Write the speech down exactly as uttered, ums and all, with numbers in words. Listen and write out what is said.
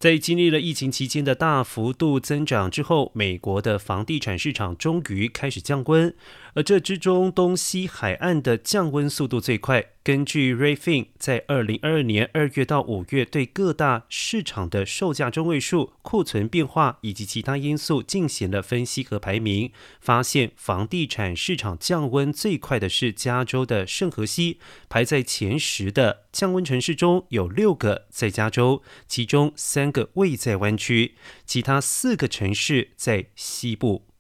在经历了疫情期间的大幅度增长之后，美国的房地产市场终于开始降温，而这之中东西海岸的降温速度最快。根据 Redfin 在二零二二年二月到五月对各大市场的售价中位数、库存变化以及其他因素进行了分析和排名，发现房地产市场降温最快的是加州的圣荷西，排在前十的降温城市中有六个在加州，其中三个位在湾区，其他四个城市在西部。